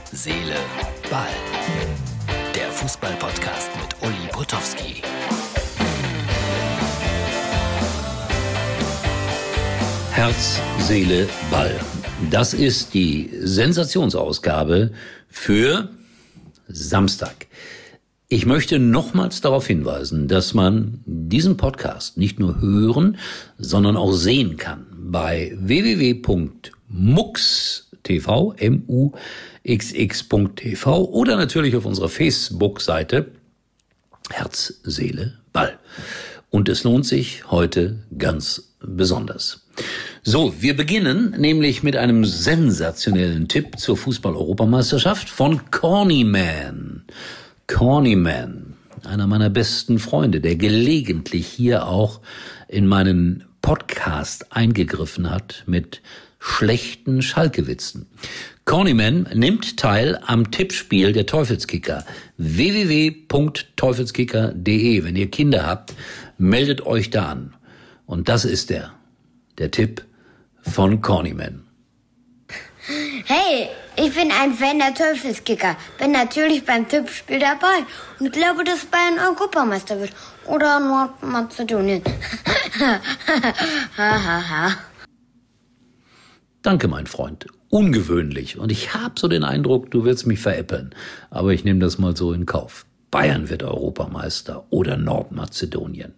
Seele, Ball. Der Fußball-Podcast mit Uli Potowski. Herz, Seele, Ball. Das ist die Sensationsausgabe für Samstag. Ich möchte nochmals darauf hinweisen, dass man diesen Podcast nicht nur hören, sondern auch sehen kann bei www.mux.tv, muxx.tv oder natürlich auf unserer Facebook-Seite Herz, Seele, Ball. Und es lohnt sich heute ganz besonders. So, wir beginnen nämlich mit einem sensationellen Tipp zur Fußball-Europameisterschaft von Cornyman. Cornyman, einer meiner besten Freunde, der gelegentlich hier auch in meinen Podcast eingegriffen hat mit schlechten Schalke-Witzen. Cornyman nimmt teil am Tippspiel der Teufelskicker. www.teufelskicker.de. Wenn ihr Kinder habt, meldet euch da an. Und das ist der Tipp von Cornyman. Hey, ich bin ein Fan der Teufelskicker. Bin natürlich beim Tippspiel dabei und glaube, dass Bayern Europameister wird. Oder Nordmazedonien. Danke, mein Freund. Ungewöhnlich. Und ich habe so den Eindruck, du willst mich veräppeln. Aber ich nehme das mal so in Kauf. Bayern wird Europameister oder Nordmazedonien.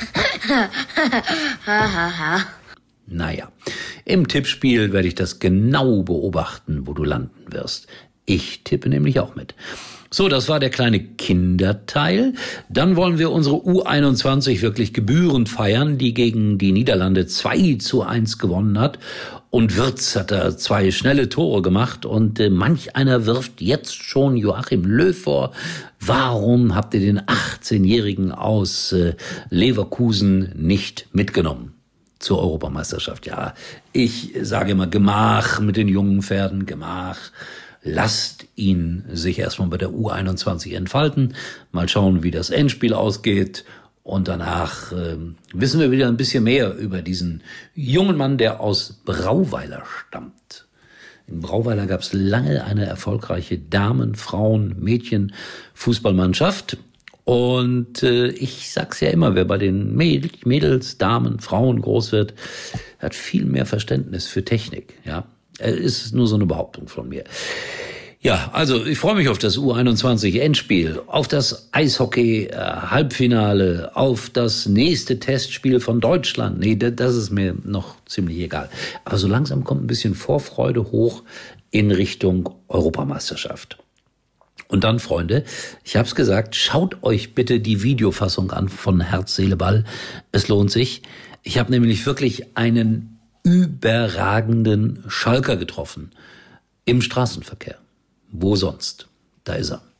Naja, im Tippspiel werde ich das genau beobachten, wo du landen wirst. Ich tippe nämlich auch mit. So, das war der kleine Kinderteil. Dann wollen wir unsere U21 wirklich gebührend feiern, die gegen die Niederlande 2:1 gewonnen hat. Und Wirtz hat da 2 schnelle Tore gemacht und manch einer wirft jetzt schon Joachim Löw vor. Warum habt ihr den 18-Jährigen aus Leverkusen nicht mitgenommen zur Europameisterschaft? Ja, ich sage immer Gemach mit den jungen Pferden, Gemach. Lasst ihn sich erstmal bei der U21 entfalten. Mal schauen, wie das Endspiel ausgeht. Und danach wissen wir wieder ein bisschen mehr über diesen jungen Mann, der aus Brauweiler stammt. In Brauweiler gab es lange eine erfolgreiche Damen-, Frauen-, Mädchen-Fußballmannschaft. Und ich sag's ja immer, wer bei den Mädels, Damen, Frauen groß wird, hat viel mehr Verständnis für Technik. Ja, ist nur so eine Behauptung von mir. Ja, also ich freue mich auf das U21-Endspiel, auf das Eishockey-Halbfinale, auf das nächste Testspiel von Deutschland. Nee, das ist mir noch ziemlich egal. Aber so langsam kommt ein bisschen Vorfreude hoch in Richtung Europameisterschaft. Und dann, Freunde, ich habe es gesagt, schaut euch bitte die Videofassung an von Herz, Seele, Ball. Es lohnt sich. Ich habe nämlich wirklich einen überragenden Schalker getroffen im Straßenverkehr. Wo sonst? Da ist er.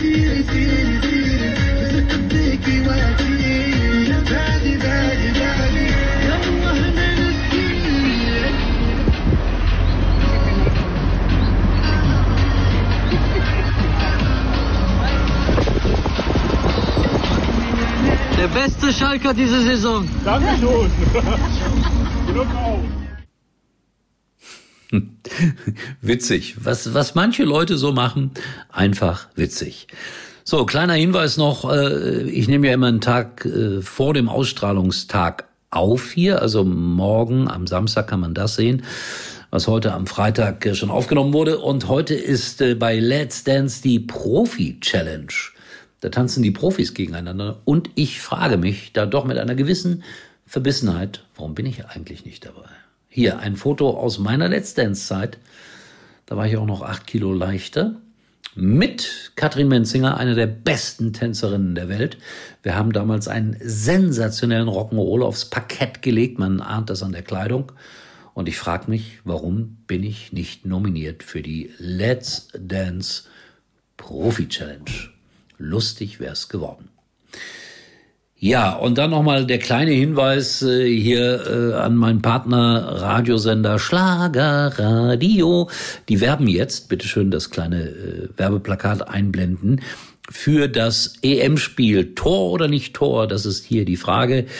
Der beste Schalker diese Saison. Dankeschön. Glück auf. Witzig. Was manche Leute so machen, einfach witzig. So, kleiner Hinweis noch. Ich nehme ja immer einen Tag vor dem Ausstrahlungstag auf hier. Also morgen, am Samstag kann man das sehen, was heute am Freitag schon aufgenommen wurde. Und heute ist bei Let's Dance die Profi-Challenge. Da tanzen die Profis gegeneinander. Und ich frage mich da doch mit einer gewissen Verbissenheit, warum bin ich eigentlich nicht dabei? Hier ein Foto aus meiner Let's Dance-Zeit. Da war ich auch noch 8 Kilo leichter. Mit Katrin Menzinger, einer der besten Tänzerinnen der Welt. Wir haben damals einen sensationellen Rock'n'Roll aufs Parkett gelegt. Man ahnt das an der Kleidung. Und ich frage mich, warum bin ich nicht nominiert für die Let's Dance Profi Challenge? Lustig wär's geworden. Ja, und dann nochmal der kleine Hinweis hier an meinen Partner Radiosender Schlagerradio. Die werben jetzt, bitteschön das kleine Werbeplakat einblenden, für das EM-Spiel. Tor oder nicht Tor, das ist hier die Frage.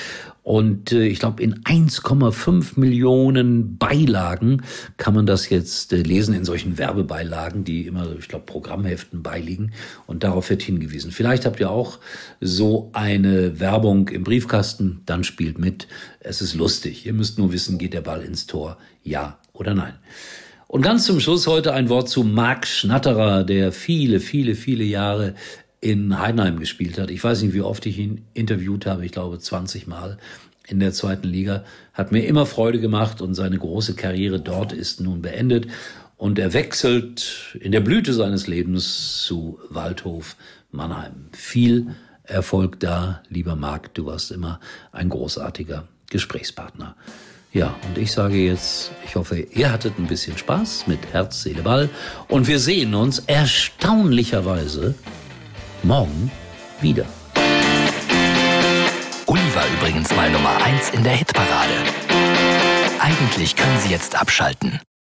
Und ich glaube, in 1,5 Millionen Beilagen kann man das jetzt lesen, in solchen Werbebeilagen, die immer, ich glaube, Programmheften beiliegen. Und darauf wird hingewiesen. Vielleicht habt ihr auch so eine Werbung im Briefkasten, dann spielt mit. Es ist lustig. Ihr müsst nur wissen, geht der Ball ins Tor, ja oder nein. Und ganz zum Schluss heute ein Wort zu Marc Schnatterer, der viele Jahre in Heidenheim gespielt hat. Ich weiß nicht, wie oft ich ihn interviewt habe. Ich glaube 20 Mal in der 2. Liga. Hat mir immer Freude gemacht und seine große Karriere dort ist nun beendet. Und er wechselt in der Blüte seines Lebens zu Waldhof Mannheim. Viel Erfolg da, lieber Marc. Du warst immer ein großartiger Gesprächspartner. Ja, und ich sage jetzt, ich hoffe, ihr hattet ein bisschen Spaß mit Herz, Seele, Ball. Und wir sehen uns erstaunlicherweise morgen wieder. Uli war übrigens mal Nummer 1 in der Hitparade. Eigentlich können Sie jetzt abschalten.